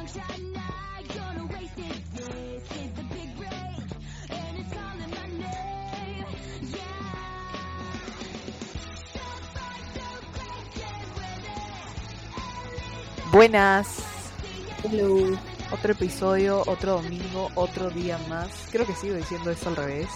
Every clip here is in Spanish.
Buenas. Hello. Otro episodio, otro domingo, otro día más. Creo que sigo diciendo esto al revés.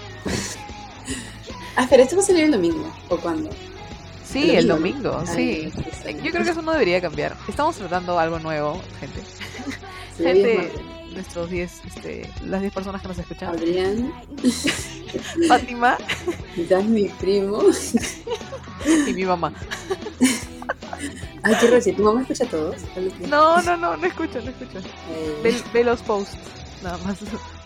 Pero esto va a salir el domingo. ¿O cuándo? Sí, el domingo, ¿no? sí. Ay, Yo creo que eso no debería cambiar. Estamos tratando algo nuevo, gente. Sí, Gente, nuestros 10, las 10 personas que nos escuchan. Adrián. Fátima. Dan, mi primo. Y mi mamá. Ay, qué raro, ¿tu mamá escucha a todos? No escucho. Ve los posts, nada más.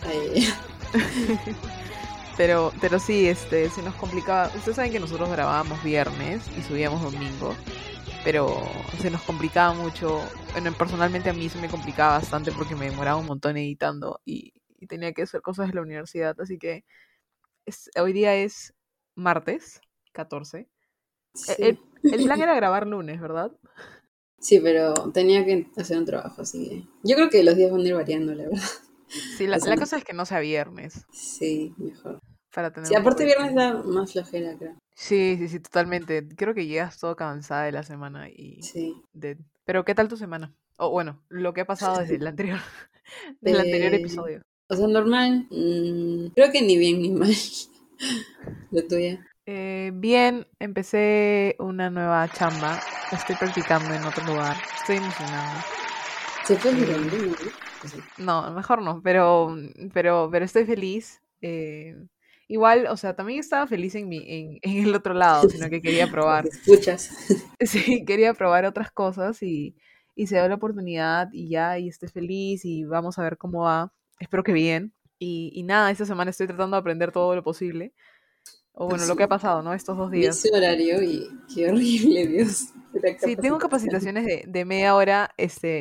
Pero sí, se nos complicaba. Ustedes saben que nosotros grabábamos viernes y subíamos domingo, pero se nos complicaba mucho. Bueno, personalmente a mí se me complicaba bastante porque me demoraba un montón editando y tenía que hacer cosas de la universidad. Así que hoy día es martes 14. Sí. El plan era grabar lunes, ¿verdad? Sí, pero tenía que hacer un trabajo, así que yo creo que los días van a ir variando, la verdad. Sí, la cosa es que no sea viernes. Sí, mejor. Para tener Sí, un poco aparte de viernes tiempo. da más flojera, creo. Sí, totalmente. Creo que llegas todo cansada de la semana Sí. Pero ¿qué tal tu semana? O bueno, lo que ha pasado desde el anterior, del anterior Eh, episodio. o sea, normal. Creo que ni bien ni mal. Lo tuya. Bien, empecé una nueva chamba. Estoy practicando en otro lugar. Estoy emocionada. ¿Se fue el Eh, nombre, no? Sí. no, mejor no, pero estoy feliz. Igual, o sea, también estaba feliz en el otro lado, sino que quería Porque probar. escuchas. Sí, quería probar otras cosas y se dio la oportunidad y estoy feliz y vamos a ver cómo va. Espero que bien. Y nada, esta semana estoy tratando de aprender todo lo posible. O bueno, lo que ha pasado, ¿no? Estos 2 días. Vi su horario y qué horrible, Dios. Era Sí, tengo capacitación. capacitaciones de media hora,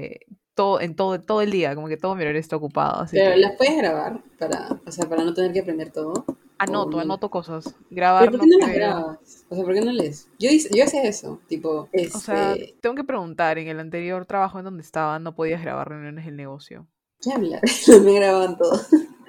todo el día, como que todo mi horario está ocupado, así Pero que las puedes grabar para no tener que aprender todo. O no. anoto cosas. Pero Grabar ¿por qué no no las creo. grabas? O sea, ¿por qué no lees? Yo hacía eso, tipo, O sea, tengo que preguntar, en el anterior trabajo en donde estaba no podías grabar reuniones del negocio. ¿qué hablar? Me grababan todo.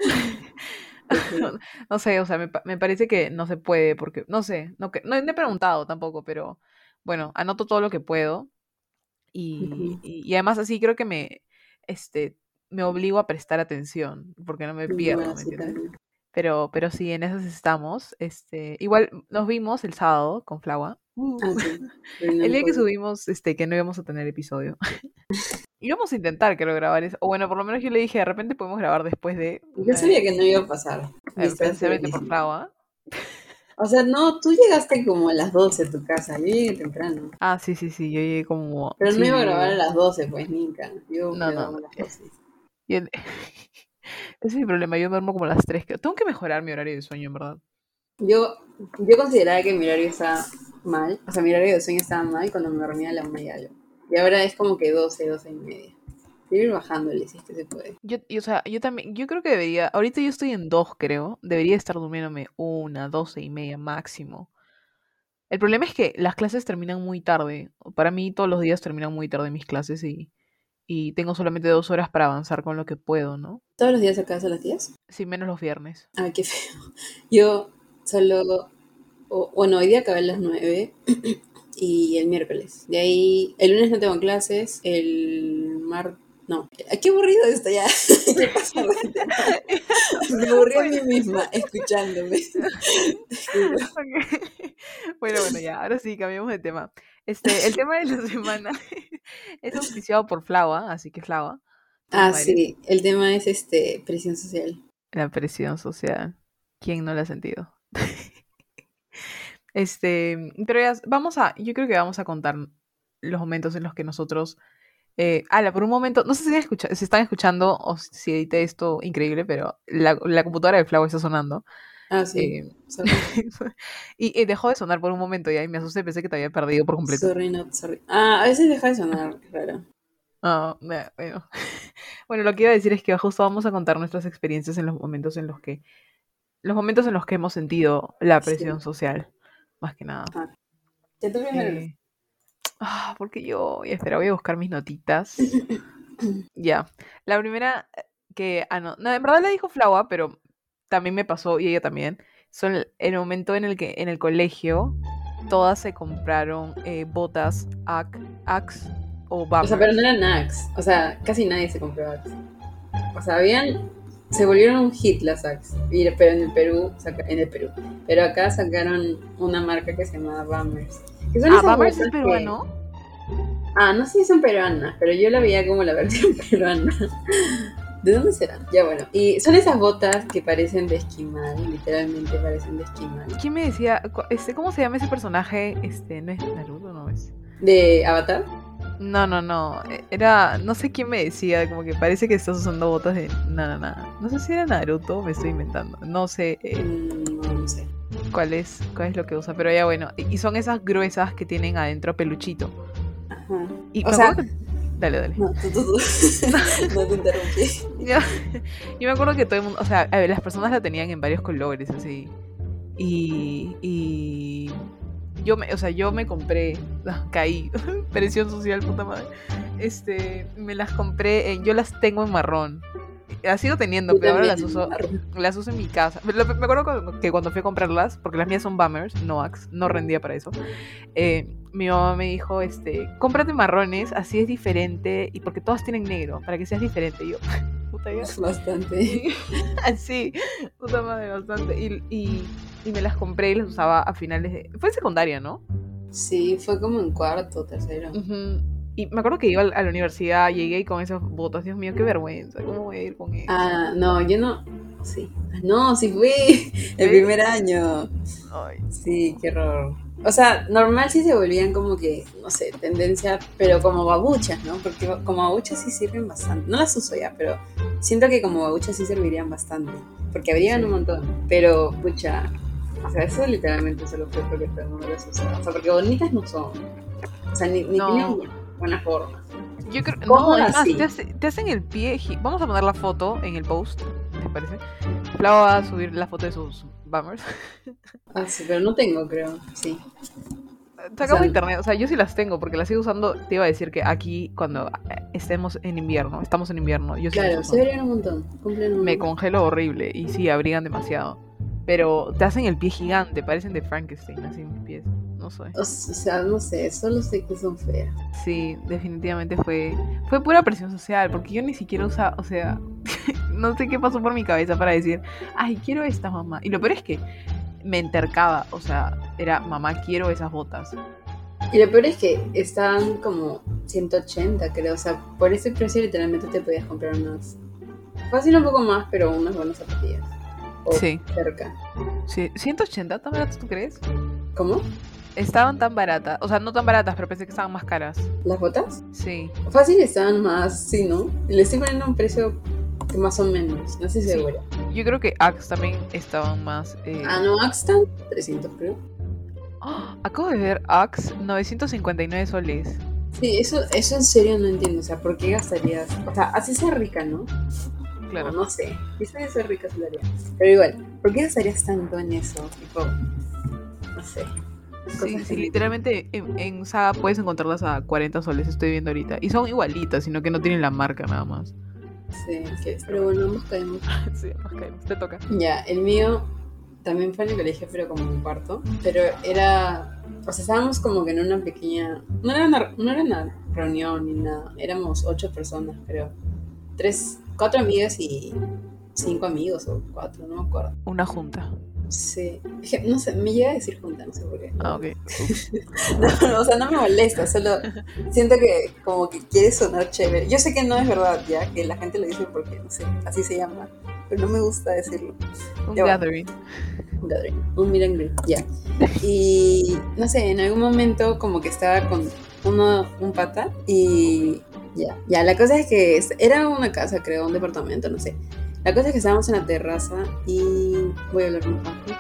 Ok. No sé, o sea, me parece que no se puede porque, no sé, no he preguntado tampoco, pero bueno, anoto todo lo que puedo Ujú. y además así creo que este, me obligo a prestar atención porque no me pierdo, Bueno, ¿me sí, entiendes? también. Pero sí, en esas estamos. Igual nos vimos el sábado con Flaua. Ah, sí. Pero no El lo día que puedo. subimos, que no íbamos a tener episodio. Íbamos a intentar, creo, grabar eso. O bueno, por lo menos yo le dije, de repente podemos grabar después de, Yo sabía que no iba a pasar. Y estaba precisamente por segurísima. Flaua. O sea, no, tú llegaste como a las 12 a tu casa. Yo llegué temprano. Ah, sí, yo llegué como, Pero no sí, iba yo a grabar a llegué. las 12 pues, Nika. Yo No, me no, duermo no. a las 12. Yo- Ese es mi problema, yo duermo como a las 3. Tengo que mejorar mi horario de sueño, en verdad. Yo consideraba que mi horario estaba mal. O sea, mi horario de sueño estaba mal cuando me dormía a la 1 y algo. Y ahora es como que 12, 12 y media. Quiero ir bajándole si es que se puede. O sea, yo también, yo creo que debería, ahorita yo estoy en 2, creo, debería estar durmiéndome 1, 12:30 máximo. El problema es que las clases terminan muy tarde. Para mí todos los días terminan muy tarde mis clases y tengo solamente 2 horas para avanzar con lo que puedo, ¿no? ¿Todos los días acabas a las 10? Sí, menos los viernes. Ah, qué feo. Yo solo... bueno, hoy día acabé a las 9 y el miércoles. De ahí, el lunes no tengo clases, el martes... No, ay, qué aburrido esto ya. ¿Qué pasa? Me aburrí a Bueno, mí misma escuchándome. Disculpa. ok. Bueno, ya, ahora sí, cambiamos de tema. El tema de la semana es auspiciado por Flava, así que Flava, tú Ah, no eres. sí, el tema es presión social. La presión social. ¿Quién no la ha sentido? Pero ya, yo creo que vamos a contar los momentos en los que nosotros, por un momento, no sé si están escuchando o si edité esto increíble, pero la computadora de Flava está sonando. Ah, sí, eh, sorry. y dejó de sonar por un momento y ahí me asusté, pensé que te había perdido por completo. Sorry, not sorry. Ah, a veces deja de sonar, claro. Ah, bueno. Bueno, lo que iba a decir es que justo vamos a contar nuestras experiencias en los momentos en los que hemos sentido la presión Sí. social, más que nada. Ah, ya tú primero. Porque espera, voy a buscar mis notitas. Ya. La primera no, en verdad la dijo Flaua, pero también me pasó y ella también. Son el momento en el que en el colegio todas se compraron botas Axe o O sea, pero no Bummers. eran Axe. O sea, casi nadie se compró Axe. O sea, se volvieron un hit las Axe. Pero en el Perú. Pero acá sacaron una marca que se llamaba Bummers. Que son Ah, esas Bummers es botas que... peruano. Ah, no sé si son peruanas, pero yo la veía como la versión peruana. ¿De dónde serán? Ya bueno. Y son esas botas que parecen de esquimal, literalmente parecen de esquimal. ¿Quién me decía? ¿Cómo se llama ese personaje? ¿No es Naruto? No es. ¿De Avatar? No, no, no. Era. No sé quién me decía, como que parece que estás usando botas de. No, no, no. No sé si era Naruto o me estoy inventando. No sé No sé. cuál es lo que usa, pero ya bueno. Y son esas gruesas que tienen adentro peluchito. Ajá. Y O me sea, acuerdo que. Dale, dale. no, tú. No te interrumpí. Yo, yo me acuerdo que todo el mundo. O sea, a ver, las personas la tenían en varios colores, así. Y yo me compré, caí, presión social, puta madre. Me las compré, yo las tengo en marrón. Las sigo teniendo, Yo pero ahora también. las uso en mi casa. Me acuerdo que cuando fui a comprarlas, porque las mías son Bummers, no Axe, no rendía para eso. Mi mamá me dijo, cómprate marrones, así es diferente, y porque todas tienen negro, para que seas diferente. Y yo, puta ya. Bastante. Sí, puta madre, bastante. Y me las compré y las usaba a finales de... Fue en secundaria, ¿no? Sí, fue como en cuarto, tercero. Ujú. Y me acuerdo que iba a la universidad, llegué con esas botas. Dios mío, qué vergüenza. ¿Cómo voy a ir con eso? Ah, no, yo no. Sí. No, sí fui el ¿Ves? primer año. Ay, Sí, qué horror. O sea, normal sí se volvían como que, no sé, tendencia, pero como babuchas, ¿no? Porque como babuchas sí sirven bastante. No las uso ya, pero siento que como babuchas sí servirían bastante. Porque abrigan un sí. montón. Pero, pucha, o sea, eso literalmente solo fue porque todo el mundo las usaba. O sea, porque bonitas no son. O sea, ni tienen No, buena forma. yo creo... No, es Cómodas más, sí. te hacen el pie... Vamos a poner la foto en el post, ¿te parece? Flau va a subir la foto de sus bummers. Ah, sí, pero no tengo, creo. Sí. O Sacamos sea, internet, o sea, yo sí las tengo porque las sigo usando. Te iba a decir que aquí, cuando estamos en invierno, yo sí las claro, uso. se verían un montón. Cumplen Me un... congelo horrible y sí, abrigan demasiado. Pero te hacen el pie gigante, parecen de Frankenstein, así mis pies. No sé. O sea, no sé, solo sé que son feas. Sí, definitivamente fue pura presión social, porque yo ni siquiera usaba, o sea, no sé qué pasó por mi cabeza para decir, ay, quiero esta mamá. Y lo peor es que me entercaba, o sea, era, mamá, quiero esas botas. Y lo peor es que estaban como 180, creo. O sea, por ese precio literalmente te podías comprar unas... Fácil un poco más, pero unas buenas zapatillas. O Sí, cerca. sí, 180, ¿tan baratas tú crees? ¿Cómo? Estaban tan baratas, o sea, no tan baratas, pero pensé que estaban más caras. ¿Las botas? Sí, Fácil estaban más, sí, ¿no? Le estoy poniendo un precio que más o menos, no estoy sí. segura. Yo creo que Axe también estaban más. Ah, no, Axe están 300, creo. ¡Ah! Acabo de ver Axe, 959 soles. Sí, eso en serio no entiendo. O sea, ¿por qué gastarías? O sea, así sea rica, ¿no? Claro. No sé. Quizá de ser rica se lo haría. Pero igual, ¿por qué gastarías tanto en eso? Tipo, no sé. Sí, Cosas sí, que no entiendo. literalmente en Saga puedes encontrarlas a 40 soles, estoy viendo ahorita. Y son igualitas, sino que no tienen la marca nada más. Sí, Pero pero bueno, ambos caemos. Sí, nos caemos. Te toca. Ya, el mío también fue en el colegio, pero como un cuarto. Pero era. O sea, estábamos como que en una pequeña. No era una reunión ni nada. Éramos 8 personas, creo. 4 amigas y 5 amigos o 4, no me acuerdo. Una junta. Sí, es que, no sé, me llega a decir junta, no sé por qué. Ah, ok. Ups. No, o sea, no me molesta, solo siento que como que quiere sonar chévere. Yo sé que no es verdad, ya, que la gente lo dice porque, no sé, así se llama, pero no me gusta decirlo. Un Ya bueno, gathering. un gathering, un meet and greet, ya. Y, no sé, en algún momento como que estaba con un pata y ya, la cosa es que era una casa, creo, un departamento, no sé. La cosa es que estábamos en la terraza y voy a hablar un poco.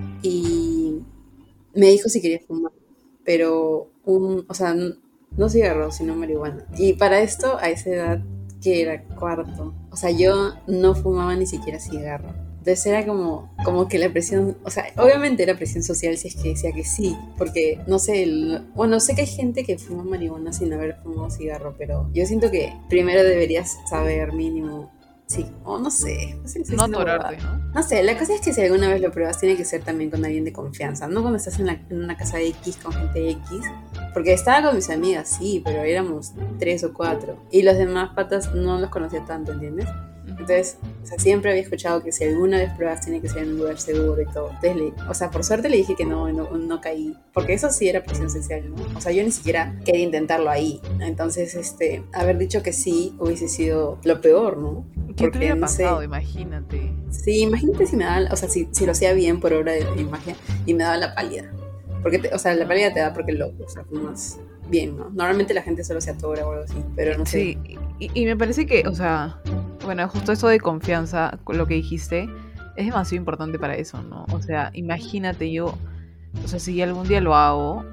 Y me dijo si quería fumar, pero o sea, no cigarros, sino marihuana. Y para esto, a esa edad que era cuarto, o sea, yo no fumaba ni siquiera cigarro. Entonces era como que la presión, o sea, obviamente era presión social si es que decía que sí, porque no sé, bueno, sé que hay gente que fuma marihuana sin haber fumado cigarro, pero yo siento que primero deberías saber mínimo, sí, o no sé, no sé si No es una atorarte, huevada. ¿no? No sé, la cosa es que si alguna vez lo pruebas tiene que ser también con alguien de confianza, no cuando estás en una casa de X con gente X, porque estaba con mis amigas, sí, pero éramos 3 o 4, y los demás patas no los conocía tanto, ¿entiendes? Entonces, o sea, siempre había escuchado que si alguna vez pruebas tiene que ser en un lugar seguro y todo. Entonces, o sea, por suerte le dije que no caí. Porque eso sí era presión social, ¿no? O sea, yo ni siquiera quería intentarlo ahí. Entonces, haber dicho que sí hubiese sido lo peor, ¿no? ¿Qué te hubiera no pasado? sé. Imagínate. Sí, imagínate si me daba, o sea, si lo hacía bien por obra de magia y me daba la pálida. Porque, o sea, la pálida te da porque o sea, fumas bien, ¿no? Normalmente la gente solo se atora o algo así, pero no sé. Sí, y me parece que, o sea, bueno, justo eso de confianza, con lo que dijiste, es demasiado importante para eso, ¿no? O sea, imagínate yo, o sea, si algún día lo hago,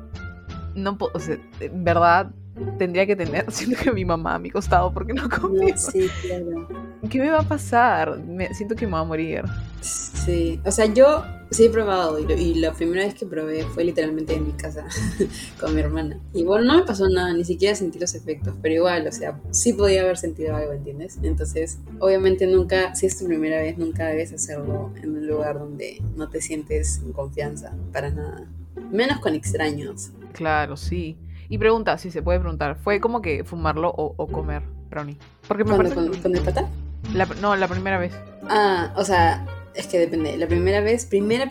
no o sea, en verdad tendría que tener, siento que mi mamá a mi costado, porque no confío. No, sí, claro. ¿Qué me va a pasar? Siento que me va a morir. Sí, o sea, yo sí he probado y la primera vez que probé fue literalmente en mi casa con mi hermana. Y bueno, no me pasó nada, ni siquiera sentí los efectos, pero igual, o sea, sí podía haber sentido algo, ¿entiendes? Entonces, obviamente nunca, si es tu primera vez, nunca debes hacerlo en un lugar donde no te sientes en confianza, para nada. Menos con extraños. Claro, sí. Y pregunta, si se puede preguntar, ¿fue como que fumarlo o comer brownie? Porque me ¿Cuándo? parece que... ¿Con el pata? No, la primera vez. Ah, o sea, es que depende. La primera vez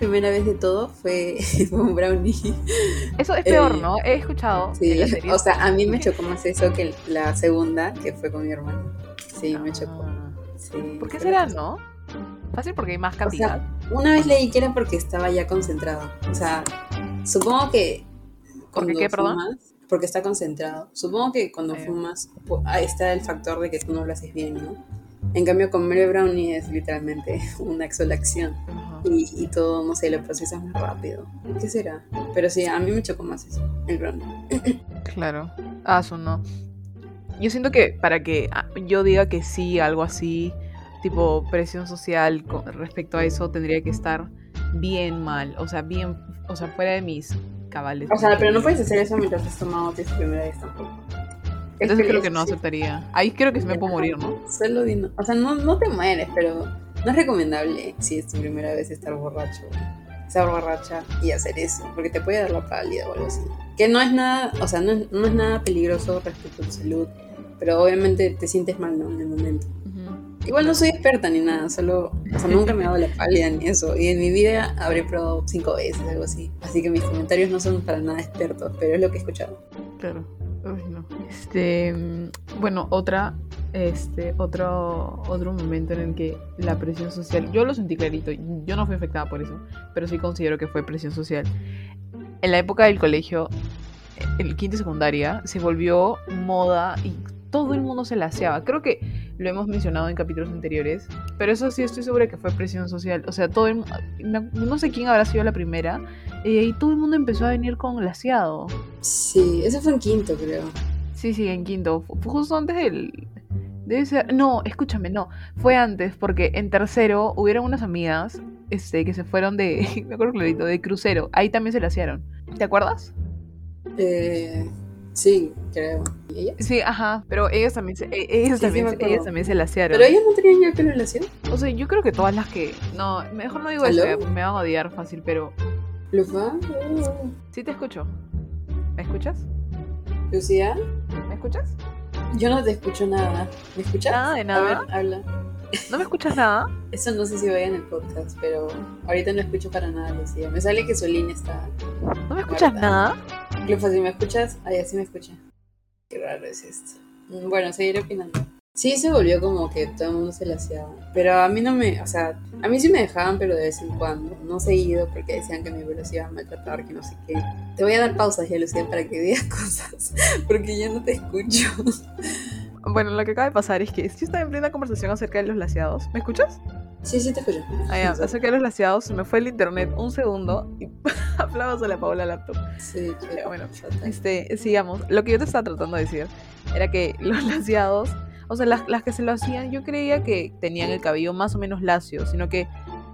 de todo fue un brownie. Eso es peor, ¿no? He escuchado Sí, en la serie. o sea, a mí me chocó más eso que la segunda, que fue con mi hermano. Sí, me chocó. Ah. Sí, ¿Por qué fue será, la cosa. no? Fácil porque hay más O cantidad. sea, una vez leí que era porque estaba ya concentrado. O sea, supongo que ¿Por cuando qué, perdón? fumas, porque está concentrado. Supongo que cuando Ahí va. fumas, ahí está el factor de que tú no lo haces bien, ¿no? En cambio, comer el brownie es literalmente una exhalación. Ajá. Y todo, no sé, lo procesas más rápido. ¿Qué será? Pero sí, a mí me chocó más eso, el brownie. Claro. Ah, eso no. Yo siento que para que yo diga que sí, algo así, tipo presión social respecto a eso, tendría que estar bien mal. O sea, bien, o sea, fuera de mis cabales. O Como sea, quien pero no dice. puedes hacer eso mientras has tomado tu primera vez tampoco. Es Entonces creo que peligroso, no sí. aceptaría. Ahí creo que sí me puedo morir, ¿no? Solo di no. O sea, no te mueres, pero no es recomendable si es tu primera vez estar borracho, estar borracha y hacer eso, porque te puede dar la pálida o algo así. Que no es nada, o sea, no es nada peligroso respecto a tu salud, pero obviamente te sientes mal, ¿no? En el momento. Ujú. Igual no soy experta ni nada, solo, o sea, nunca me ha dado la pálida ni eso. Y en mi vida habré probado 5 veces, algo así. Así que mis comentarios no son para nada expertos, pero es lo que he escuchado. Claro. Uy, no. Bueno, otro momento en el que la presión social, yo lo sentí clarito, yo no fui afectada por eso, pero sí considero que fue presión social. En la época del colegio, el quinto y secundaria, se volvió moda y todo el mundo se laseaba. Creo que lo hemos mencionado en capítulos anteriores, pero eso sí estoy segura que fue presión social. O sea, no sé quién habrá sido la primera, y todo el mundo empezó a venir con laseado. Sí, eso fue en quinto, creo. Sí, en quinto. Fue justo antes del... Debe ser... No, escúchame, no. Fue antes, porque en tercero hubieron unas amigas que se fueron de... Me acuerdo clarito, de crucero. Ahí también se lasearon. ¿Te acuerdas? Sí, creo. ¿Y ellas? Sí, ajá. Pero ellas también ellas Sí, también, me acuerdo. ellas también se lasearon. Pero ellas no tenían ya el pelo lacio. O sea, yo creo que todas las que... No, mejor no digo ¿Aló? eso, me van a odiar fácil, pero... ¿Lufa? Sí te escucho. ¿Me escuchas? ¿Lucía? ¿Me escuchas? Yo no te escucho nada. ¿Me escuchas? Nada de A nada. ver, habla. ¿No me escuchas nada? Eso no sé si vaya en el podcast, pero ahorita no escucho para nada, Lucía. Me sale que su línea está... ¿No me escuchas muerta. nada? Lufa, si me escuchas, así me escucha. Qué raro es esto. Bueno, seguiré opinando. Sí, se volvió como que todo el mundo se la hacía. Pero a mí no me... O sea, a mí sí me dejaban, pero de vez en cuando. No seguido, porque decían que mi pelo se iba a maltratar, que no sé qué. Te voy a dar pausas ya, Lucía, para que digas cosas. Porque yo no te escucho. Bueno, lo que acaba de pasar es que yo estaba en plena conversación acerca de los laseados. ¿Me escuchas? Sí, te escucho. Ah, ya, acerca de los laseados, se me fue el internet un segundo y hablaba, se le apagó la laptop. Sí, Pero bueno, fatal. sigamos. Lo que yo te estaba tratando de decir era que los laseados, o sea, las que se lo hacían, yo creía que tenían el cabello más o menos lacio, sino que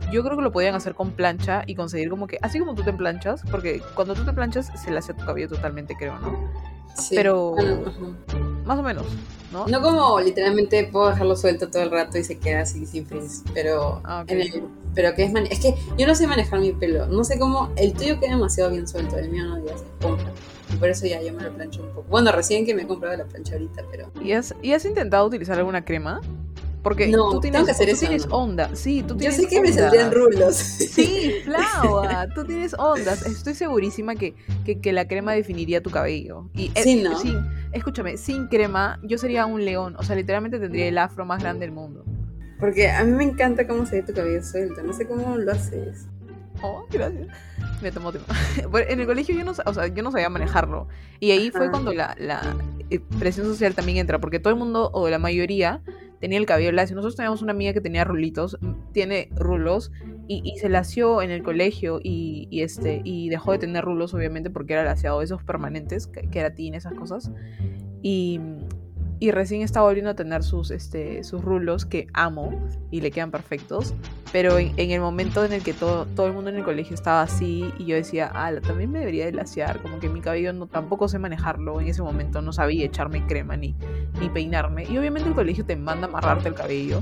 yo creo que lo podían hacer con plancha y conseguir como que, así como tú te planchas, porque cuando tú te planchas se le hace a tu cabello totalmente, creo, ¿no? Sí. Pero Ajá. más o menos, ¿no? No como literalmente puedo dejarlo suelto todo el rato y se queda así sin frizz, pero Ah, ok. pero que es que yo no sé manejar mi pelo, no sé cómo, el tuyo queda demasiado bien suelto, el mío no, ya se compra. Y por eso ya yo me lo plancho un poco. Bueno, recién que me he comprado la plancha ahorita, pero ¿Y has intentado utilizar alguna crema? Porque no, tengo que hacer tú eso, tienes ¿no? ondas, sí, tú Yo tienes sé que me saldrían ondas. rulos. Sí, Flava, tú tienes ondas. Estoy segurísima que la crema definiría tu cabello. Y Sí, ¿no? escúchame, sin crema yo sería un león. O sea, literalmente tendría el afro más grande del mundo. Porque a mí me encanta cómo se ve tu cabello suelto, no sé cómo lo haces. Oh, gracias. Me tomó tema. En el colegio yo no, o sea, yo no sabía manejarlo. Y ahí fue Ajá. cuando la presión social también entra, porque todo el mundo, o la mayoría, tenía el cabello lacio. Nosotros teníamos una amiga que tenía rulitos, tiene rulos, y se lació en el colegio y dejó de tener rulos, obviamente, porque era laciado, esos permanentes, queratina, esas cosas. Y, y recién está volviendo a tener sus rulos que amo y le quedan perfectos. Pero en el momento en el que todo el mundo en el colegio estaba así y yo decía, también me debería de lasear, como que mi cabello no, tampoco sé manejarlo, en ese momento no sabía echarme crema ni peinarme. Y obviamente el colegio te manda a amarrarte el cabello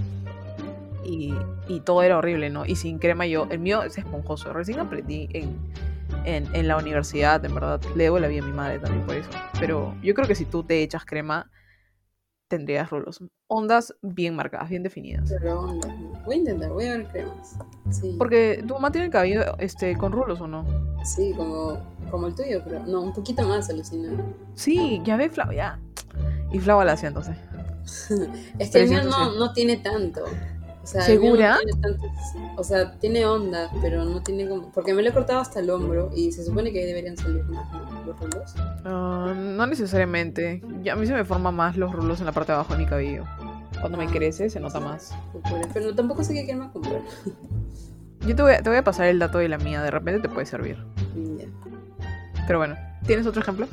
y todo era horrible, ¿no? Y sin crema el mío es esponjoso, recién aprendí en la universidad, en verdad, le debo la vida a mi madre también por eso. Pero yo creo que si tú te echas crema, tendrías rulos. Ondas bien marcadas, bien definidas. Pero onda, ¿no? Voy a intentar, voy a ver cremas. Sí, Porque tu mamá tiene el cabello con rulos, ¿o no? sí, como el tuyo, pero no, un poquito más alucina. Sí, ya ve Flava, ya. Y Flava la hacía entonces. Es que el mío Presión social. no tiene tanto. O sea, el mío no ¿Segura? tiene tanto. O sea, tiene onda, pero no tiene como. Porque me lo he cortado hasta el hombro y se supone que ahí deberían salir más, ¿no? Los rulos. No necesariamente. A mí se me forman más los rulos en la parte de abajo de mi cabello. Cuando me Ah, crece se nota más. pero tampoco sé qué más comprar. Yo te voy a pasar el dato de la mía, de repente te puede servir. Ya. Pero bueno, ¿tienes otro ejemplo?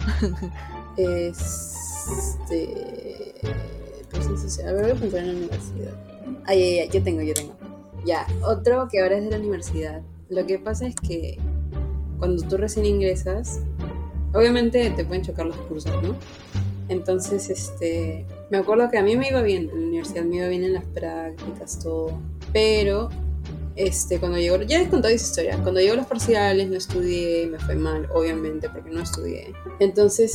Presión social. A ver, voy a pensar en la universidad. Ay, yo tengo. Ya, otro que ahora es de la universidad. Lo que pasa es que cuando tú recién ingresas, obviamente te pueden chocar los cursos, ¿no? Entonces, me acuerdo que a mí me iba bien en la universidad, me iba bien en las prácticas, todo. Pero, cuando llegó, ya les conté esa historia, cuando llegó los parciales no estudié, me fue mal, obviamente, porque no estudié. Entonces,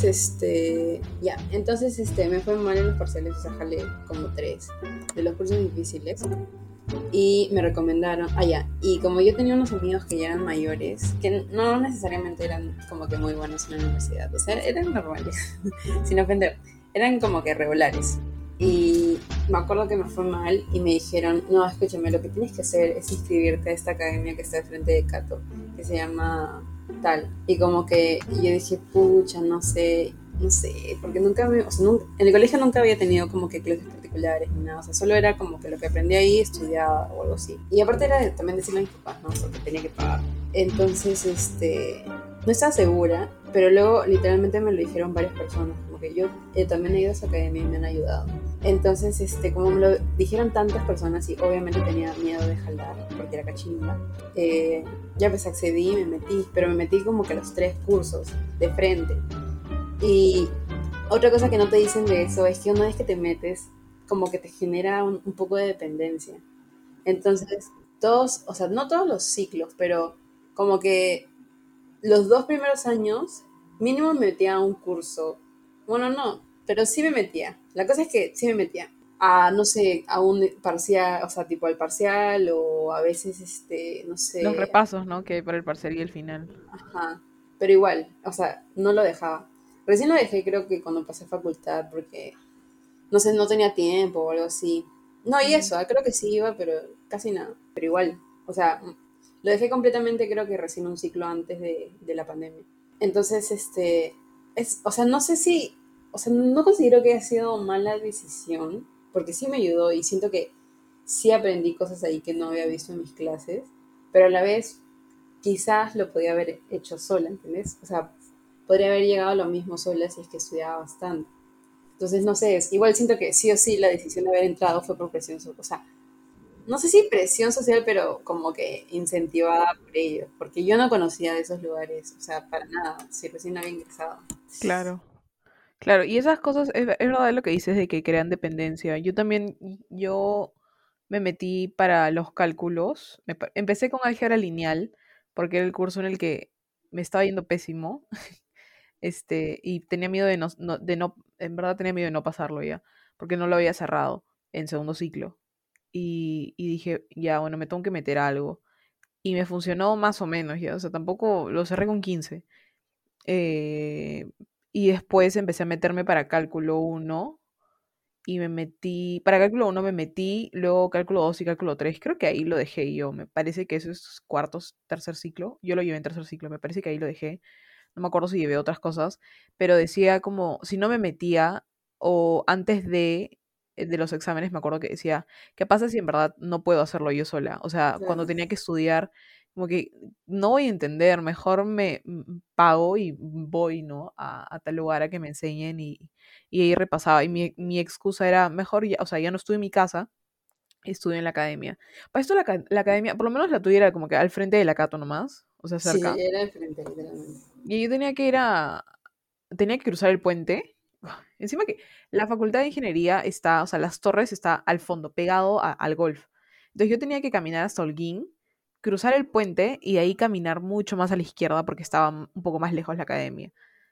me fue mal en los parciales, o sea, jalé como 3 de los cursos difíciles. Y me recomendaron, y como yo tenía unos amigos que ya eran mayores, que no necesariamente eran como que muy buenos en la universidad, o sea, eran normales, sin ofender, eran como que regulares. Y me acuerdo que me fue mal y me dijeron, no, escúchame, lo que tienes que hacer es inscribirte a esta academia que está al frente de Cato, que se llama tal. Y como que yo dije, pucha, no sé, porque en el colegio nunca había tenido como que clases particulares ni nada, o sea, solo era como que lo que aprendí ahí estudiaba o algo así. Y aparte era también decirle a mis papás, ¿no? Porque tenía que pagar. Entonces, no estaba segura, pero luego literalmente me lo dijeron varias personas, como que yo también he ido a esa academia y me han ayudado. Entonces, como me lo dijeron tantas personas y obviamente tenía miedo de jalar porque era cachimba, ya pues accedí y me metí, pero me metí como que a los 3 cursos de frente. Y otra cosa que no te dicen de eso es que una vez que te metes, como que te genera un poco de dependencia. Entonces, todos, o sea, no todos los ciclos, pero como que los 2 primeros años, mínimo me metía a un curso. Bueno, no, pero sí me metía. La cosa es que sí me metía. A, no sé, a un parcial, o sea, tipo al parcial, o a veces, no Los sé, repasos, ¿no? Que hay para el parcial y el final. ajá. Pero igual, o sea, no lo dejaba. Recién lo dejé creo que cuando pasé a facultad porque, no sé, no tenía tiempo o algo así. No, y eso, creo que sí iba, pero casi nada. Pero igual, o sea, lo dejé completamente creo que recién un ciclo antes de la pandemia. Entonces, o sea, no sé si, o sea, no considero que haya sido mala decisión, porque sí me ayudó y siento que sí aprendí cosas ahí que no había visto en mis clases, pero a la vez quizás lo podía haber hecho sola, ¿entendés? O sea, podría haber llegado a lo mismo sola si es que estudiaba bastante. Entonces, no sé, igual siento que sí o sí la decisión de haber entrado fue por presión, o sea, no sé si presión social, pero como que incentivada por ellos, porque yo no conocía de esos lugares, o sea, para nada, si recién había ingresado. Claro. Claro, y esas cosas, es verdad lo que dices de que crean dependencia. Yo también, yo me metí para los cálculos. Empecé con álgebra lineal, porque era el curso en el que me estaba yendo pésimo, y tenía miedo en verdad tenía miedo de no pasarlo ya, porque no lo había cerrado en segundo ciclo. Y dije, ya, bueno, me tengo que meter a algo. Y me funcionó más o menos, ya, o sea, tampoco lo cerré con 15. Eh, y después empecé a meterme para cálculo uno y me metí, para cálculo uno me metí, luego cálculo 2 y cálculo 3 creo que ahí lo dejé yo, me parece que eso es cuartos, tercer ciclo, yo lo llevé en tercer ciclo, me parece que ahí lo dejé, no me acuerdo si llevé otras cosas, pero decía como, si no me metía o antes de los exámenes me acuerdo que decía, ¿qué pasa si en verdad no puedo hacerlo yo sola? O sea, cuando Claro. tenía que estudiar, como que no voy a entender, mejor pago y voy, ¿no? A tal lugar a que me enseñen y ahí repasaba. Y mi excusa era, mejor, ya, o sea, ya no estudio en mi casa, estudio en la academia. Para esto la academia, por lo menos la tuya era como que al frente de la Cato nomás, o sea, Sí, cerca. era diferente, literalmente. Y yo tenía que cruzar el puente. Encima que la facultad de ingeniería está, o sea, las torres está al fondo, pegado al golf. Entonces yo tenía que caminar hasta Holguín, cruzar el puente y de ahí caminar mucho más a la izquierda porque estaba un poco más lejos la academia.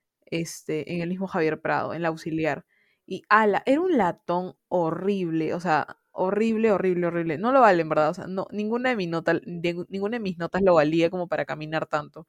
En el mismo Javier Prado, en la auxiliar. Y ala, era un latón horrible, o sea, horrible, horrible, horrible. No lo vale, en verdad, o sea, no, ninguna de mis notas lo valía como para caminar tanto.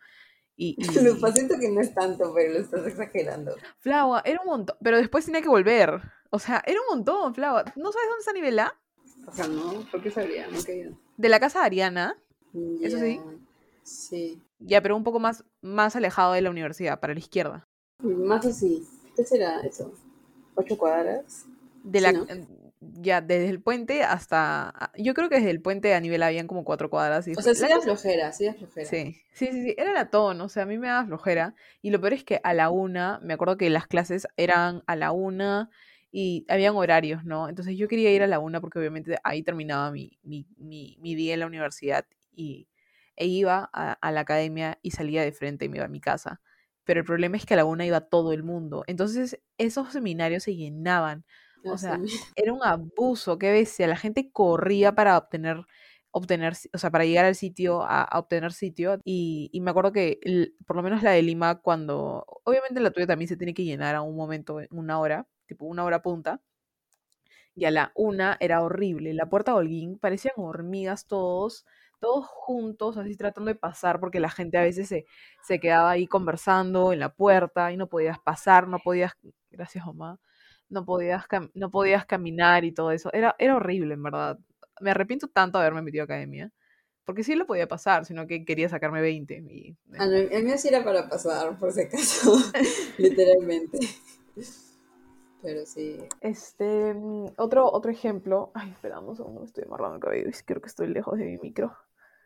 Lo Y siento que no es tanto, pero lo estás exagerando. Flava, era un montón, pero después tenía que volver. O sea, era un montón, Flava. ¿No sabes dónde está Nivela? O sea, no, ¿por qué sabría? Nunca he ido. De la casa de Ariana, eso Ya, sí. sí. Ya, pero un poco más alejado de la universidad, para la izquierda. Más así. ¿Qué será eso? ¿8 cuadras? De Sí, la, ¿no? ya, desde el puente hasta. Yo creo que desde el puente a Nivela habían como 4 cuadras. Y O después, sea, la cosa. sí da flojera. Sí, sí, sí, sí, era latón, o sea, a mí me daba flojera. Y lo peor es que a la una, me acuerdo que las clases eran a la una y habían horarios, ¿no? Entonces yo quería ir a la una porque obviamente ahí terminaba mi día en la universidad e iba a la academia y salía de frente y me iba a mi casa. Pero el problema es que a la una iba todo el mundo. Entonces esos seminarios se llenaban. O sea, Así. era un abuso, qué bestia. La gente corría para o sea, para llegar al sitio, a obtener sitio. Y me acuerdo que por lo menos la de Lima, cuando, obviamente la tuya también se tiene que llenar a un momento, en una hora, tipo una hora punta, y a la una era horrible. La puerta de Holguín parecían hormigas todos juntos, así tratando de pasar, porque la gente a veces se quedaba ahí conversando en la puerta y no podías pasar, no podías, gracias mamá, no podías caminar y todo eso. Era horrible, en verdad. Me arrepiento tanto de haberme metido a academia, porque sí lo podía pasar, sino que quería sacarme 20. Ah, no, el mío sí era para pasar, por si acaso. Literalmente. Pero sí. Otro ejemplo. Ay, espera un segundo, me estoy amarrando el cabello. Creo que estoy lejos de mi micro.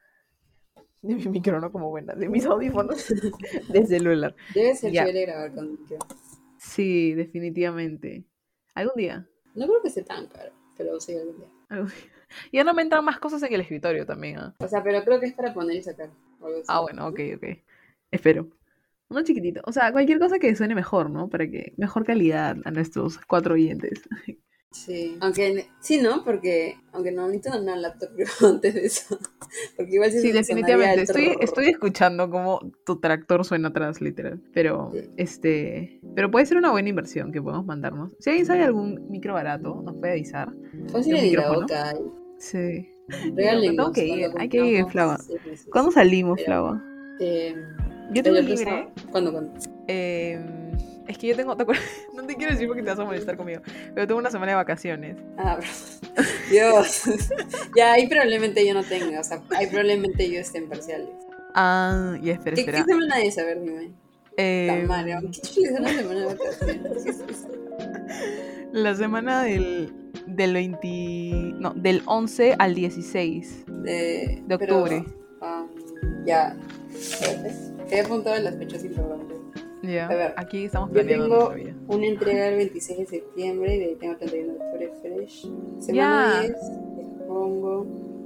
De mi micro, no como buena, de mis audífonos, de celular. Debe ser Ya, chévere grabar con micro. sí, definitivamente. Algún día. No creo que sea tan caro, pero sí algún día. algún día. Ya no me entran más cosas en el escritorio también, ¿ah? O sea, pero creo que es para poner y sacar. O algo Ah, así, bueno, ok, ¿no? ok. Espero. Uno chiquitito. O sea, cualquier cosa que suene mejor, ¿no? Para que mejor calidad a nuestros 4 oyentes. Sí. Aunque, sí, ¿no? Porque, aunque no necesito una laptop creo, antes de eso. Porque igual sí Sí, sonaría definitivamente. el Estoy trrr. escuchando cómo tu tractor suena atrás, literal. Sí. Pero puede ser una buena inversión que podemos mandarnos. Si alguien sabe algún micro barato, nos puede avisar. Fácil De un en micrófono. Iraoka. Sí. Mira, pero tengo Regálennos que cuando ir. Hay que ir, cumplamos Flava. 6 meses. ¿Cuándo salimos, Pero, Flava? eh, Yo el tengo otro libre. sábado. ¿Cuándo? eh, es que yo tengo. ¿Te acuerdas? No te quiero decir porque te vas a molestar conmigo. Pero tengo una semana de vacaciones. Ah, Dios. Ya, ahí probablemente yo no tenga. O sea, ahí probablemente yo esté en parciales. Ah, ya, espera, ¿Qué espera. semana es? A ver, dime. Tamario. Em, ¿Qué chulo es una semana de vacaciones? ¿Qué es eso? la semana del 20, no, del 11 al 16 de Pero, octubre. ya. Espérate. He apuntado las fechas importantes. A Ya, ver, aquí estamos yo planeando nuestra tengo vida. una entrega el 26 de septiembre y de ahí tengo el 31 de octubre fresh. Semana Ya, 10, les pongo.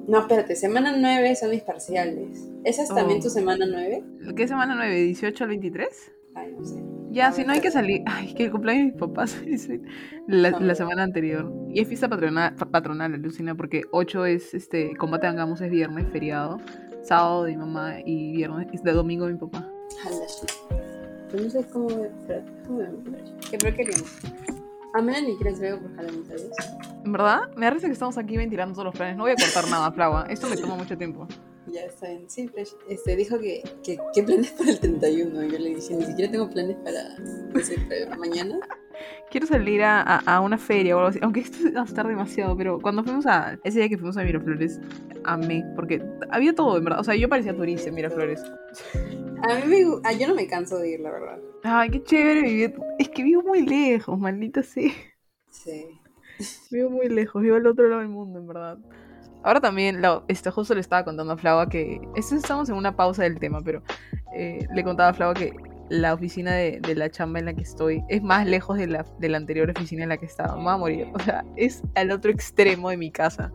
No, espérate, semana 9 son mis parciales. ¿Esa es también tu semana 9? ¿Qué semana 9? ¿18 al 23? Ay, no sé. Ya, A si ver, no hay que espérate. salir. Ay, es que el cumpleaños de mis papás es la semana anterior. Y es fiesta patronal, alucina, porque 8 es combate Angamos, es viernes, feriado. Sábado de mi mamá y viernes, es de domingo de mi papá. Jala, shit. Pues no sé cómo. Espérate, déjame ver. ¿Qué queremos? A Melanie quiere hacer algo por Halloween, ¿sabes? En verdad, me da risa que estamos aquí ventilando todos los planes. No voy a cortar nada, Flava. Esto me toma mucho tiempo. Ya está bien. Sí, Fresh. Dijo que ¿qué planes para el 31? Yo le dije, ni siquiera tengo planes para, no sé, para mañana. Quiero salir a una feria o algo así. Aunque esto va a estar demasiado, pero cuando fuimos ese día que fuimos a Miraflores, amé. Porque había todo, en verdad. O sea, yo parecía turista en Miraflores. Yo no me canso de ir, la verdad. Ay, qué chévere vivir. Es que vivo muy lejos, maldita sea. Sí. Vivo muy lejos, vivo al otro lado del mundo, en verdad. Ahora también, justo le estaba contando a Flava que... Estamos en una pausa del tema, pero le contaba a Flava que la oficina de la chamba en la que estoy es más lejos de la anterior oficina en la que estaba. Me voy a morir. O sea, es al otro extremo de mi casa.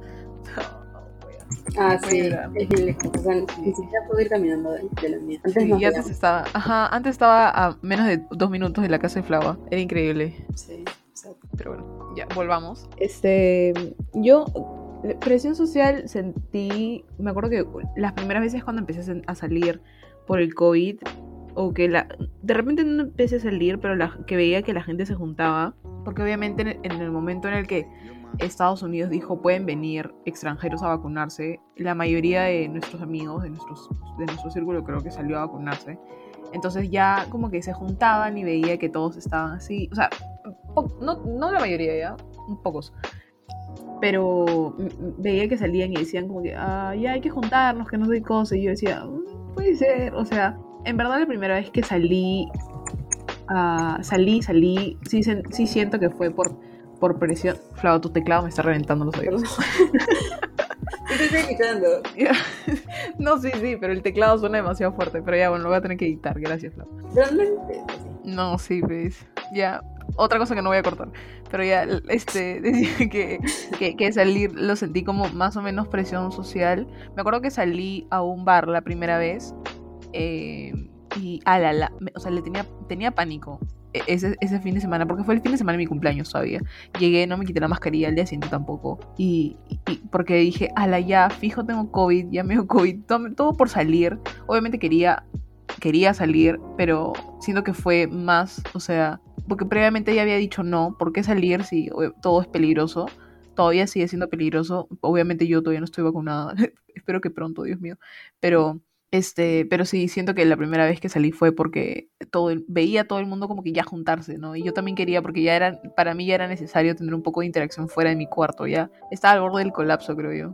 Sí, es bien lejos. O sea, ni siquiera puedo ir caminando de la mía. Antes estaba a menos de 2 minutos de la casa de Flava. Era increíble. Sí, exacto. Pero bueno, ya, volvamos. Yo... Presión social sentí, me acuerdo que las primeras veces cuando empecé a salir por el COVID, o que de repente no empecé a salir, pero que veía que la gente se juntaba, porque obviamente en el momento en el que Estados Unidos dijo pueden venir extranjeros a vacunarse, la mayoría de nuestros amigos, de nuestro círculo creo que salió a vacunarse, entonces ya como que se juntaban y veía que todos estaban así, o sea, no la mayoría ya, pocos. Pero veía que salían y decían como que ya hay que juntarnos, que no sé qué cosa. Y yo decía, puede ser. O sea, en verdad la primera vez que salí, sí siento que fue por presión. Flava, tu teclado me está reventando los oídos. ¿Qué te estoy escuchando? No, sí, pero el teclado suena demasiado fuerte. Pero ya, bueno, lo voy a tener que editar. Gracias, Flava. No, sí, ves. Ya, otra cosa que no voy a cortar. Pero ya, decía que salir lo sentí como más o menos presión social. Me acuerdo que salí a un bar la primera vez y o sea, tenía pánico ese fin de semana, porque fue el fin de semana de mi cumpleaños todavía. Llegué, no me quité la mascarilla, al día siguiente tampoco. Y porque dije, ya, fijo, tengo COVID, ya me dio COVID, todo por salir. Obviamente quería salir, pero siento que fue más, o sea, porque previamente ya había dicho no, ¿por qué salir si todo es peligroso? Todavía sigue siendo peligroso, obviamente yo todavía no estoy vacunada, espero que pronto, Dios mío, pero sí, siento que la primera vez que salí fue porque veía a todo el mundo como que ya juntarse, ¿no? Y yo también quería, porque para mí ya era necesario tener un poco de interacción fuera de mi cuarto, ya estaba al borde del colapso, creo yo.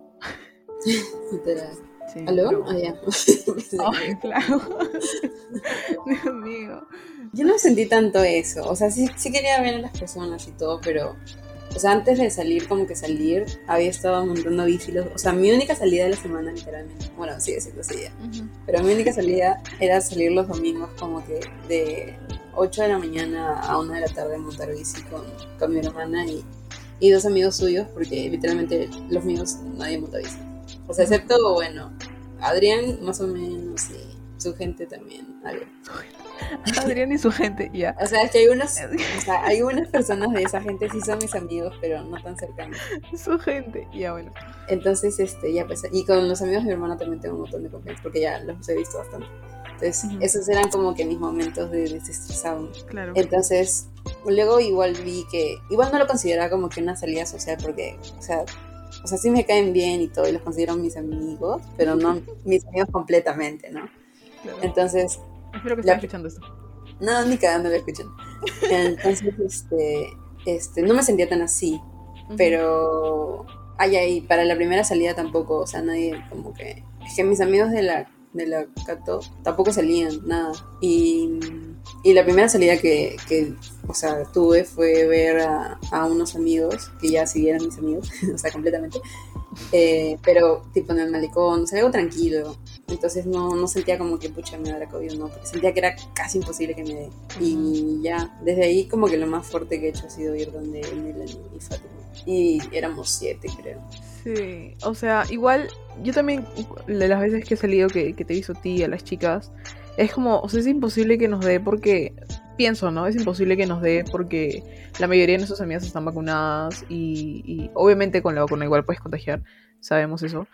Sí, ¿aló? Pero... ya. Ay, claro. Dios mío. Yo no sentí tanto eso. O sea, sí quería ver a las personas y todo, pero... O sea, antes de salir, había estado montando bici. O sea, mi única salida de la semana, literalmente. Bueno, sigue siendo así ya. Uh-huh. Pero mi única salida era salir los domingos como que de 8 de la mañana a 1 de la tarde a montar bici con mi hermana y 2 amigos suyos, porque literalmente los míos nadie monta bici. O sea, excepto, bueno, Adrián más o menos y su gente también, algo. Adrián y su gente, ya. O sea, es que hay unas personas de esa gente sí son mis amigos, pero no tan cercanos. Su gente, ya bueno. Entonces, ya pues, y con los amigos de mi hermana también tengo un montón de confianza, porque ya los he visto bastante. Entonces, uh-huh. Esos eran como que mis momentos de desestresado. Claro. Entonces, luego igual vi que, igual no lo consideraba como que una salida social, porque, o sea, sí me caen bien y todo, y los considero mis amigos, pero no mis amigos completamente, ¿no? Claro. Entonces... Espero que estén escuchando esto. No, ni cagando lo escuchan. Entonces, no me sentía tan así, uh-huh. Pero... y para la primera salida tampoco, o sea, nadie como que... Es que mis amigos de la Cato tampoco salían, nada. Y la primera salida que o sea, tuve fue ver a unos amigos, que ya sí eran mis amigos, o sea, completamente. Pero tipo en el malecón, o sea, algo tranquilo. Entonces no sentía como que pucha me dará COVID, no, porque sentía que era casi imposible que me dé. Y ya, desde ahí como que lo más fuerte que he hecho ha sido ir donde Melanie y Fátima. Y éramos 7, creo. Sí, o sea, igual yo también, de las veces que he salido que te he visto a ti, a las chicas, es como, o sea, es imposible que nos dé porque, pienso, ¿no? Es imposible que nos dé porque la mayoría de nuestras amigas están vacunadas y obviamente con la vacuna igual puedes contagiar, sabemos eso,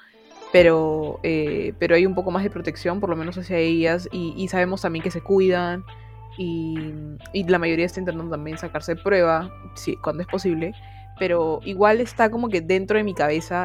pero hay un poco más de protección, por lo menos hacia ellas, y sabemos también que se cuidan y, y la mayoría está intentando también sacarse prueba, sí, cuando es posible, pero igual está como que dentro de mi cabeza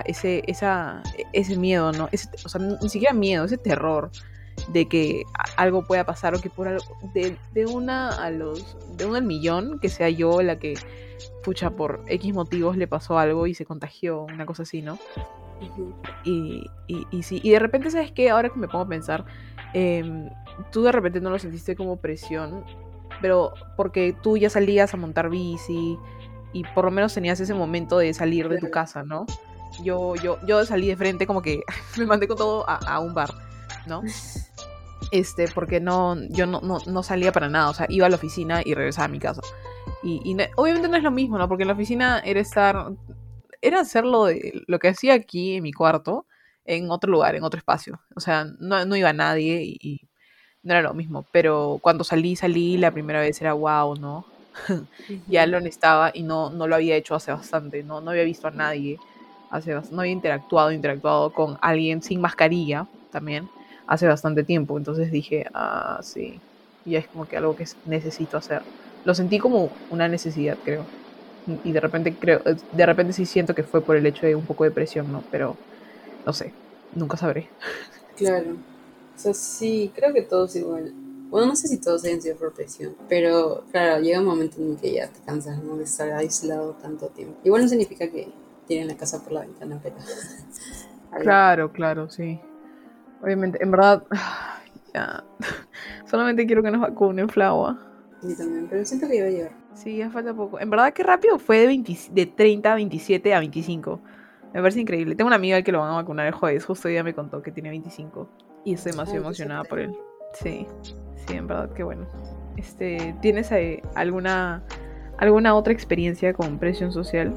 ese miedo, ¿no? O sea, ni siquiera miedo, ese terror de que algo pueda pasar o que por algo, de una a los, de una al millón, que sea yo la que, pucha, por X motivos le pasó algo y se contagió, una cosa así, ¿no? Ujú. Y sí, y de repente, ¿sabes qué? Ahora que me pongo a pensar, tú de repente no lo sentiste como presión, pero porque tú ya salías a montar bici y por lo menos tenías ese momento de salir de tu Claro. casa, ¿no? Yo salí de frente como que me mandé con todo a un bar, ¿no? Porque yo no salía para nada, o sea, iba a la oficina y regresaba a mi casa. Obviamente no es lo mismo, ¿no? Porque en la oficina era hacer lo que hacía aquí en mi cuarto, en otro lugar, en otro espacio. O sea, no iba nadie y no era lo mismo. Pero cuando salí la primera vez era wow, ¿no? Ya Ujú. lo necesitaba y no lo había hecho hace bastante, no había visto a nadie, no había interactuado con alguien sin mascarilla también hace bastante tiempo. Entonces dije, ah, sí, ya es como que algo que necesito hacer. Lo sentí como una necesidad, creo. Y de repente sí siento que fue por el hecho de un poco de presión, ¿no? Pero no sé, nunca sabré. Claro. O sea, sí, creo que todos igual. Bueno, no sé si todos hayan sido por presión, pero claro, llega un momento en el que ya te cansas, ¿no? De estar aislado tanto tiempo. Igual no significa que tiren la casa por la ventana, pero algo. Claro, claro, sí. Obviamente, en verdad, ya. Solamente quiero que nos vacunen, Flava. Y también, pero siento que iba a llegar. Sí, ya falta poco. En verdad, qué rápido fue de 30 a 27 a 25. Me parece increíble. Tengo una amiga que lo van a vacunar el jueves. Justo ella me contó que tiene 25. Y estoy demasiado Ay, qué emocionada suerte. por él. Sí, sí, en verdad, qué bueno. ¿Tienes alguna otra experiencia con presión social?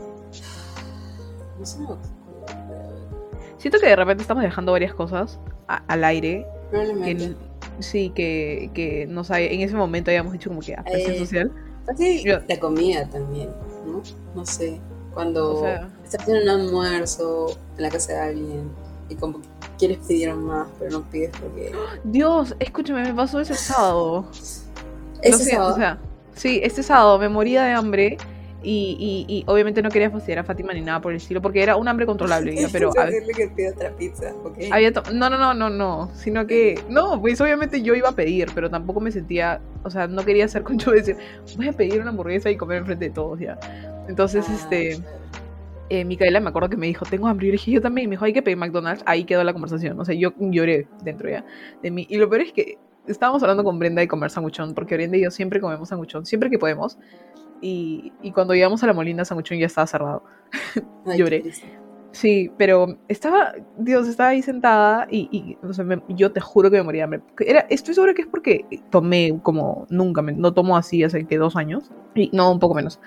No sé, no, Siento que de repente estamos dejando varias cosas al aire. Que probablemente. sí, que en ese momento habíamos dicho como que presión social. Casi Yo, la comida también, ¿no? No sé, o cuando sea, estás en un almuerzo en la casa de alguien y como que quieres pedir más, pero no pides porque... Dios, escúchame, me pasó ese sábado. Lo Ese siento, o sábado, sea, sí, este sábado me moría de hambre y obviamente no quería fastidiar a Fátima ni nada por el estilo, porque era un hambre controlable, ya, pero tienes que decirle que pida otra pizza, ¿ok? no, sino que, no, pues obviamente yo iba a pedir, pero tampoco me sentía, o sea, no quería ser concho de decir, voy a pedir una hamburguesa y comer enfrente de todos, ya. Entonces, Ah, claro. Micaela me acuerdo que me dijo, tengo hambre, y yo le dije, yo también, y me dijo, hay que pedir McDonald's, ahí quedó la conversación, o sea, yo lloré dentro ya de mí, y lo peor es que estábamos hablando con Brenda de comer sanguchón, porque Brenda y yo siempre comemos sanguchón, siempre que podemos, y cuando llegamos a la Molina, sanguchón ya estaba cerrado, Ay, qué lloré. triste. Sí, pero estaba ahí sentada o sea, yo te juro que me moría de hambre. Estoy segura que es porque tomé como nunca, no tomo así hace que 2 años, y no, un poco menos.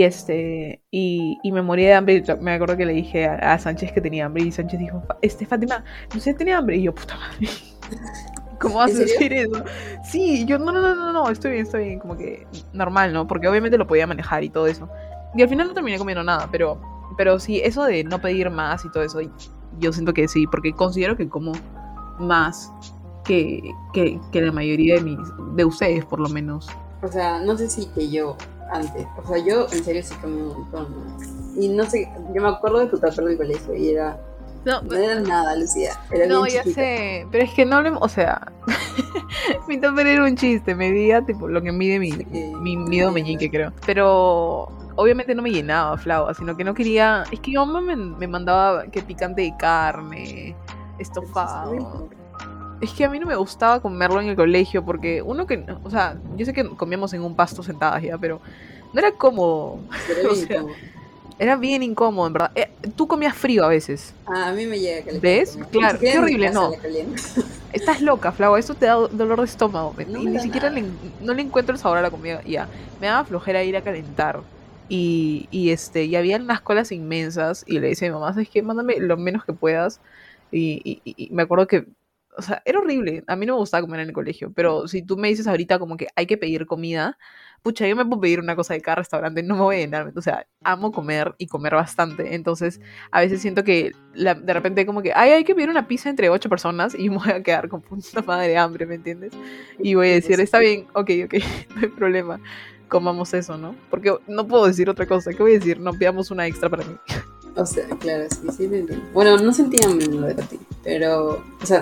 Y me moría de hambre. Me acuerdo que le dije a Sánchez que tenía hambre y Sánchez dijo, Fátima, ¿usted tenía hambre? Y yo, puta madre, ¿cómo vas ¿En a serio? decir eso? Sí, yo, no, estoy bien, como que normal, ¿no? Porque obviamente lo podía manejar y todo eso. Y al final no terminé comiendo nada, pero sí, eso de no pedir más y todo eso, yo siento que sí, porque considero que como más que la mayoría de ustedes, por lo menos. O sea, no sé si que yo antes. O sea, yo en serio sí comí un montón, ¿no? Y no sé, yo me acuerdo de tu tupper del colegio y era... No, No era nada, Lucía. Era no, bien ya chiquita. sé, pero es que no hablemos, o sea, mi tupper era un chiste, medía tipo lo que mide Sí, mi dedo no, ya sé. meñique, creo. Pero obviamente no me llenaba flava, sino que no quería, es que mi mamá me mandaba que picante de carne, Pero sí está estofado. rico. Es que a mí no me gustaba comerlo en el colegio porque o sea, yo sé que comíamos en un pasto sentadas ya, pero no era cómodo. Sí, era O bien sea, incómodo. era bien incómodo, en verdad. Tú comías frío a veces, Ah, a mí me llega a calentar la ¿ves? comida. Ni Claro, siquiera qué en mi horrible, casa no. la caliento. Estás loca, Flau, eso te da dolor de estómago. No Y me ni da siquiera nada. no le encuentro el sabor a la comida. Ya, me daba flojera ir a calentar. y había unas colas inmensas y le dice a mi mamá, ¿sabes qué? Mándame lo menos que puedas. Y me acuerdo que, o sea, era horrible. A mí no me gustaba comer en el colegio, pero si tú me dices ahorita como que hay que pedir comida, pucha, yo me puedo pedir una cosa de cada restaurante, no me voy a llenar. O sea, amo comer y comer bastante. Entonces, a veces siento que de repente como que, ay, hay que pedir una pizza entre 8 personas y me voy a quedar con puta madre de hambre, ¿me entiendes? Y voy a decir, está bien, ok, no hay problema, comamos eso, ¿no? Porque no puedo decir otra cosa. ¿Qué voy a decir? No, pidamos una extra para mí. O sea, claro, sí, sí, te entiendo. Bueno, no sentía hambre en lo de ti, pero,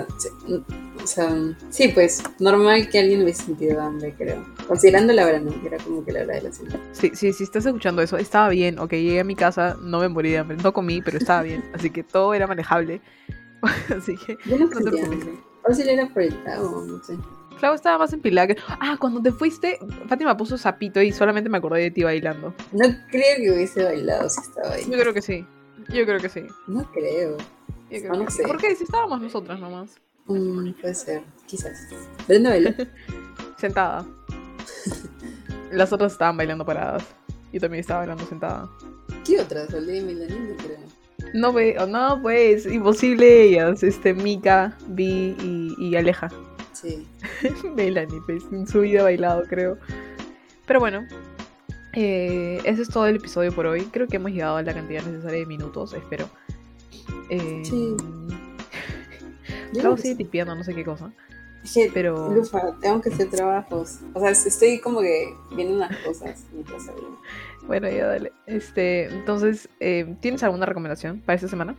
sí, pues, normal que alguien hubiese sentido hambre, creo. Considerando la hora, ¿no? Que era como que la hora de la cena. Sí, sí, si estás escuchando eso, estaba bien, ok, llegué a mi casa, no me morí de hambre, no comí, pero estaba bien, así que todo era manejable, así que Yo no no te sentía preocupes. hambre. O si era por el trago, no sé. Claro, estaba más empilada que... Ah, cuando te fuiste, Fátima puso sapito y solamente me acordé de ti bailando. No creo que hubiese bailado si estaba ahí. Yo creo que sí, yo creo que sí. No creo. Yo creo O no que sí. sé. ¿Por qué? Si estábamos nosotras nomás. Puede ser, quizás. Brenda bailó. Sentada. Las otras estaban bailando paradas. Yo también estaba bailando sentada. ¿Qué otras? Olé y Melanie, no creo. No veo, no, pues, imposible ellas. Mika, Vi y Aleja. Sí. Melanie, pues, en su vida ha bailado, creo. Pero bueno, ese es todo el episodio por hoy. Creo que hemos llegado a la cantidad necesaria de minutos, espero. Sí. Luego sigue tipeando no sé qué cosa. Pero... Lufa, tengo que hacer trabajos. O sea, estoy como que viendo unas cosas mientras hablo. Bueno, ya dale. Entonces, ¿tienes alguna recomendación para esta semana?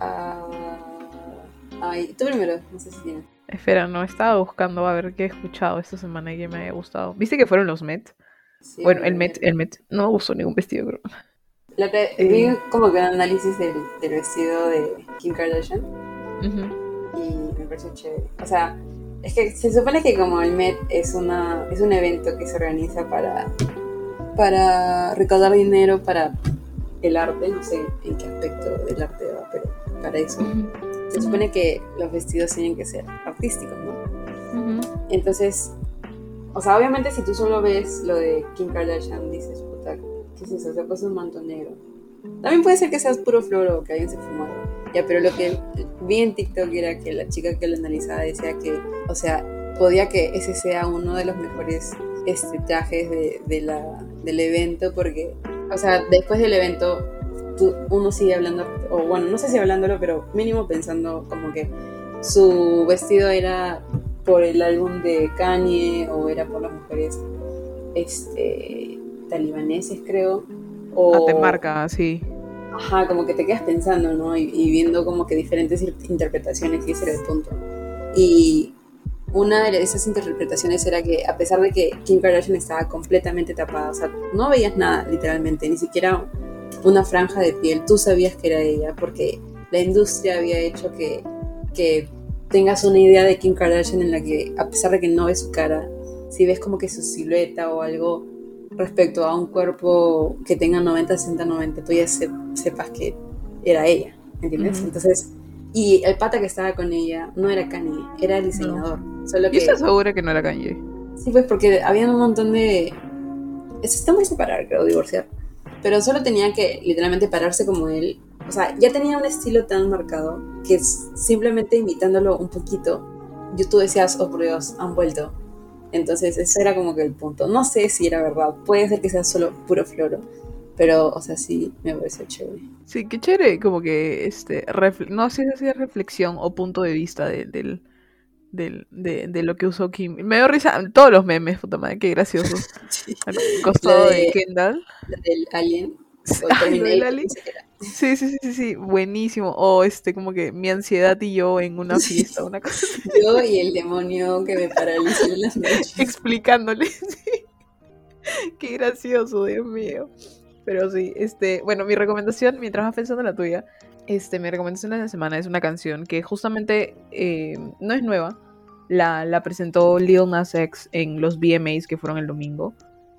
Ay, tú primero, no sé si tienes. Espera, no, estaba buscando a ver qué he escuchado esta semana y que me haya gustado. ¿Viste que fueron los Met? Sí, Bueno, el Met. No me gustó ningún vestido, creo. Vi como que un análisis del vestido de Kim Kardashian. Uh-huh. Y me pareció chévere. O sea, es que se supone que como el Met es un evento que se organiza para recaudar dinero para el arte, no sé en qué aspecto del arte va, pero para eso. Uh-huh. Se supone que los vestidos tienen que ser artísticos, ¿no? Uh-huh. Entonces, o sea, obviamente si tú solo ves lo de Kim Kardashian, dices, puta, ¿qué es eso? Se puso un manto negro. También puede ser que seas puro flor o que alguien se fumó. Ya, pero lo que vi en TikTok era que la chica que lo analizaba decía que, o sea, podía que ese sea uno de los mejores trajes del evento, porque, o sea, después del evento uno sigue hablando, o bueno, no sé si hablándolo, pero mínimo pensando como que su vestido era por el álbum de Kanye o era por las mujeres talibaneses, creo. O te marca, sí. Ajá, como que te quedas pensando, ¿no? Y viendo como que diferentes interpretaciones, y ese era el punto. Y una de esas interpretaciones era que a pesar de que Kim Kardashian estaba completamente tapada, o sea, no veías nada, literalmente, ni siquiera una franja de piel, tú sabías que era ella, porque la industria había hecho que tengas una idea de Kim Kardashian en la que, a pesar de que no ves su cara, si ves como que su silueta o algo respecto a un cuerpo que tenga 90, 60, 90, tú ya sepas que era ella, ¿entiendes? Uh-huh. Entonces, y el pata que estaba con ella no era Kanye, era el diseñador. No. Solo que, yo estoy segura que no era Kanye. Sí, pues porque había un montón de... Están por separar, creo, divorciar. Pero solo tenía que literalmente pararse como él. O sea, ya tenía un estilo tan marcado que simplemente imitándolo un poquito, tú decías, oh por Dios, han vuelto. Entonces ese era como que el punto. No sé si era verdad, puede ser que sea solo puro floro, pero, o sea, sí, me pareció chévere. Sí, qué chévere, como que, no sé si es reflexión o punto de vista de lo que usó Kim. Me dio risa todos los memes, puta madre, qué gracioso. Sí. Al costado de Kendall. Del Alien. Del Alien. Sí, buenísimo. O como que mi ansiedad y yo en una fiesta, una cosa. Yo y el demonio que me paralizó en las noches. Explicándole, sí. Qué gracioso, Dios mío. Pero sí, bueno, mi recomendación, mientras vas pensando en la tuya, mi recomendación de la semana es una canción que justamente no es nueva. La presentó Lil Nas X en los VMAs que fueron el domingo.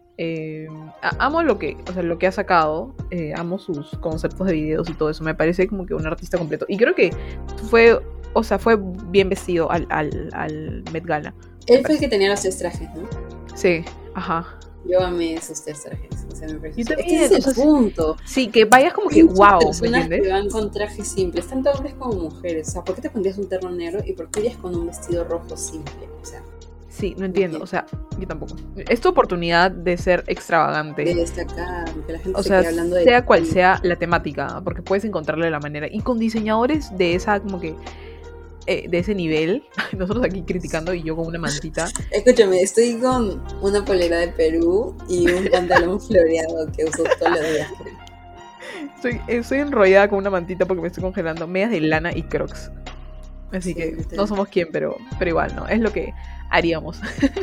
Amo lo que ha sacado, amo sus conceptos de videos y todo eso, me parece como que un artista completo, y creo que fue bien vestido al Met Gala. Él fue el que tenía los 3 trajes, ¿no? Sí, ajá. Yo amé esos test trajes. O sea, me Yo pareció. Es que también, ese o es el sea, punto. sí, que vayas como Hay que muchas wow, ¿me personas que entiendes? van con trajes simples, tanto hombres como mujeres. O sea, ¿por qué te pondrías un terno negro y por qué irías con un vestido rojo simple? O sea, Sí, no no entiendo, o entiendo. sea, yo tampoco. Es tu oportunidad de ser De extravagante, destacar, que la gente o se sea, quede hablando de sea cual ti. sea la temática, porque puedes encontrarle la manera. Y con diseñadores de esa, como que, de ese nivel, nosotros aquí criticando y yo con una mantita, Escúchame, estoy con una polera de Perú y un pantalón floreado que uso todos los días, creo. estoy enrollada con una mantita porque me estoy congelando, medias de lana y crocs. Así Sí, que no literal. somos quien, pero igual, ¿no? Es lo que haríamos.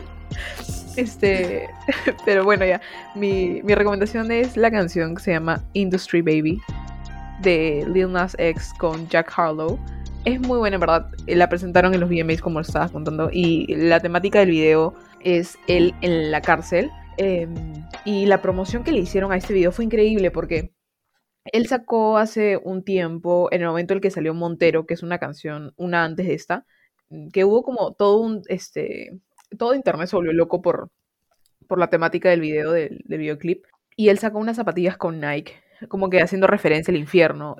Este, pero bueno, ya. Mi recomendación es la canción que se llama Industry Baby de Lil Nas X con Jack Harlow. Es muy buena, en verdad. La presentaron en los VMAs, como lo estabas contando. Y la temática del video es él en la cárcel. Y la promoción que le hicieron a este video fue increíble porque él sacó hace un tiempo, en el momento en el que salió Montero, que es una canción, una antes de esta, que hubo como todo internet se volvió loco por la temática del video, del videoclip. Y él sacó unas zapatillas con Nike, como que haciendo referencia al infierno.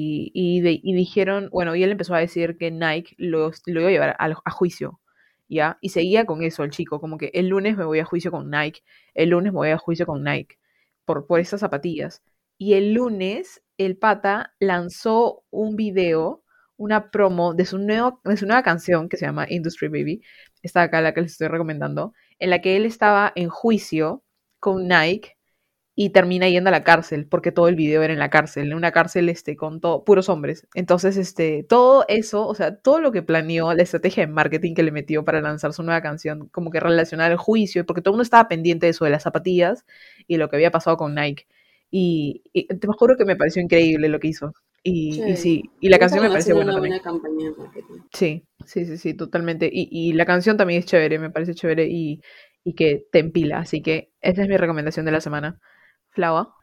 Y dijeron, bueno, y él empezó a decir que Nike lo iba a llevar a juicio, ¿ya? Y seguía con eso el chico, como que el lunes me voy a juicio con Nike, el lunes me voy a juicio con Nike, por esas zapatillas. Y el lunes el pata lanzó un video, una promo de su nueva canción que se llama Industry Baby, esta acá la que les estoy recomendando, en la que él estaba en juicio con Nike y termina yendo a la cárcel, porque todo el video era en la cárcel, en una cárcel con puros hombres. Entonces, todo eso, o sea, todo lo que planeó, la estrategia de marketing que le metió para lanzar su nueva canción, como que relacionar el juicio, porque todo el mundo estaba pendiente de eso, de las zapatillas y lo que había pasado con Nike. Y te juro que me pareció increíble lo que hizo. Y Chévere. sí, y Me la gusta canción me cuando pareció hacen buena una también. buena campaña de marketing. Sí, sí, sí, sí, totalmente. Y la canción también es chévere, me parece chévere y que te empila. Así que esa es mi recomendación de la semana. Flava.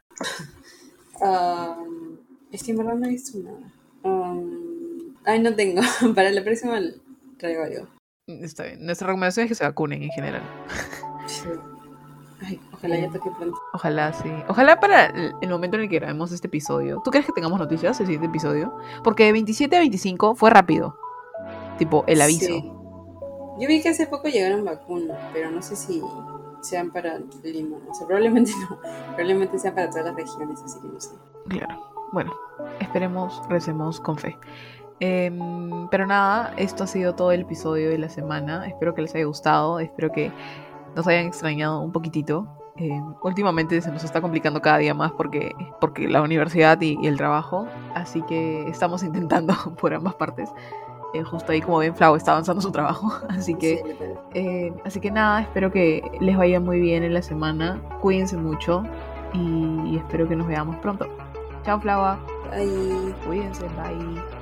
Es que en verdad no he visto nada. Ay, no tengo. Para la próxima traigo algo. Está bien. Nuestra recomendación es que se vacunen en general. Sí. Ay, ojalá ya Eh, toque pronto. ojalá sí. Ojalá para el momento en el que grabemos este episodio. ¿Tú crees que tengamos noticias el siguiente episodio? Porque de 27 a 25 fue rápido. Tipo, el aviso. Sí. Yo vi que hace poco llegaron vacunas, pero no sé si sean para Lima. O sea, probablemente no. Probablemente sean para todas las regiones, así que no sé. Claro. Bueno, esperemos, recemos con fe. Pero nada, esto ha sido todo el episodio de la semana. Espero que les haya gustado. Espero que nos hayan extrañado un poquitito. Últimamente se nos está complicando cada día más porque la universidad y el trabajo. Así que estamos intentando por ambas partes. Justo ahí, como ven, Flau está avanzando su trabajo. Sí, literal. Así que nada, espero que les vaya muy bien en la semana. Cuídense mucho y espero que nos veamos pronto. Chao, Flava. Bye. Cuídense, bye.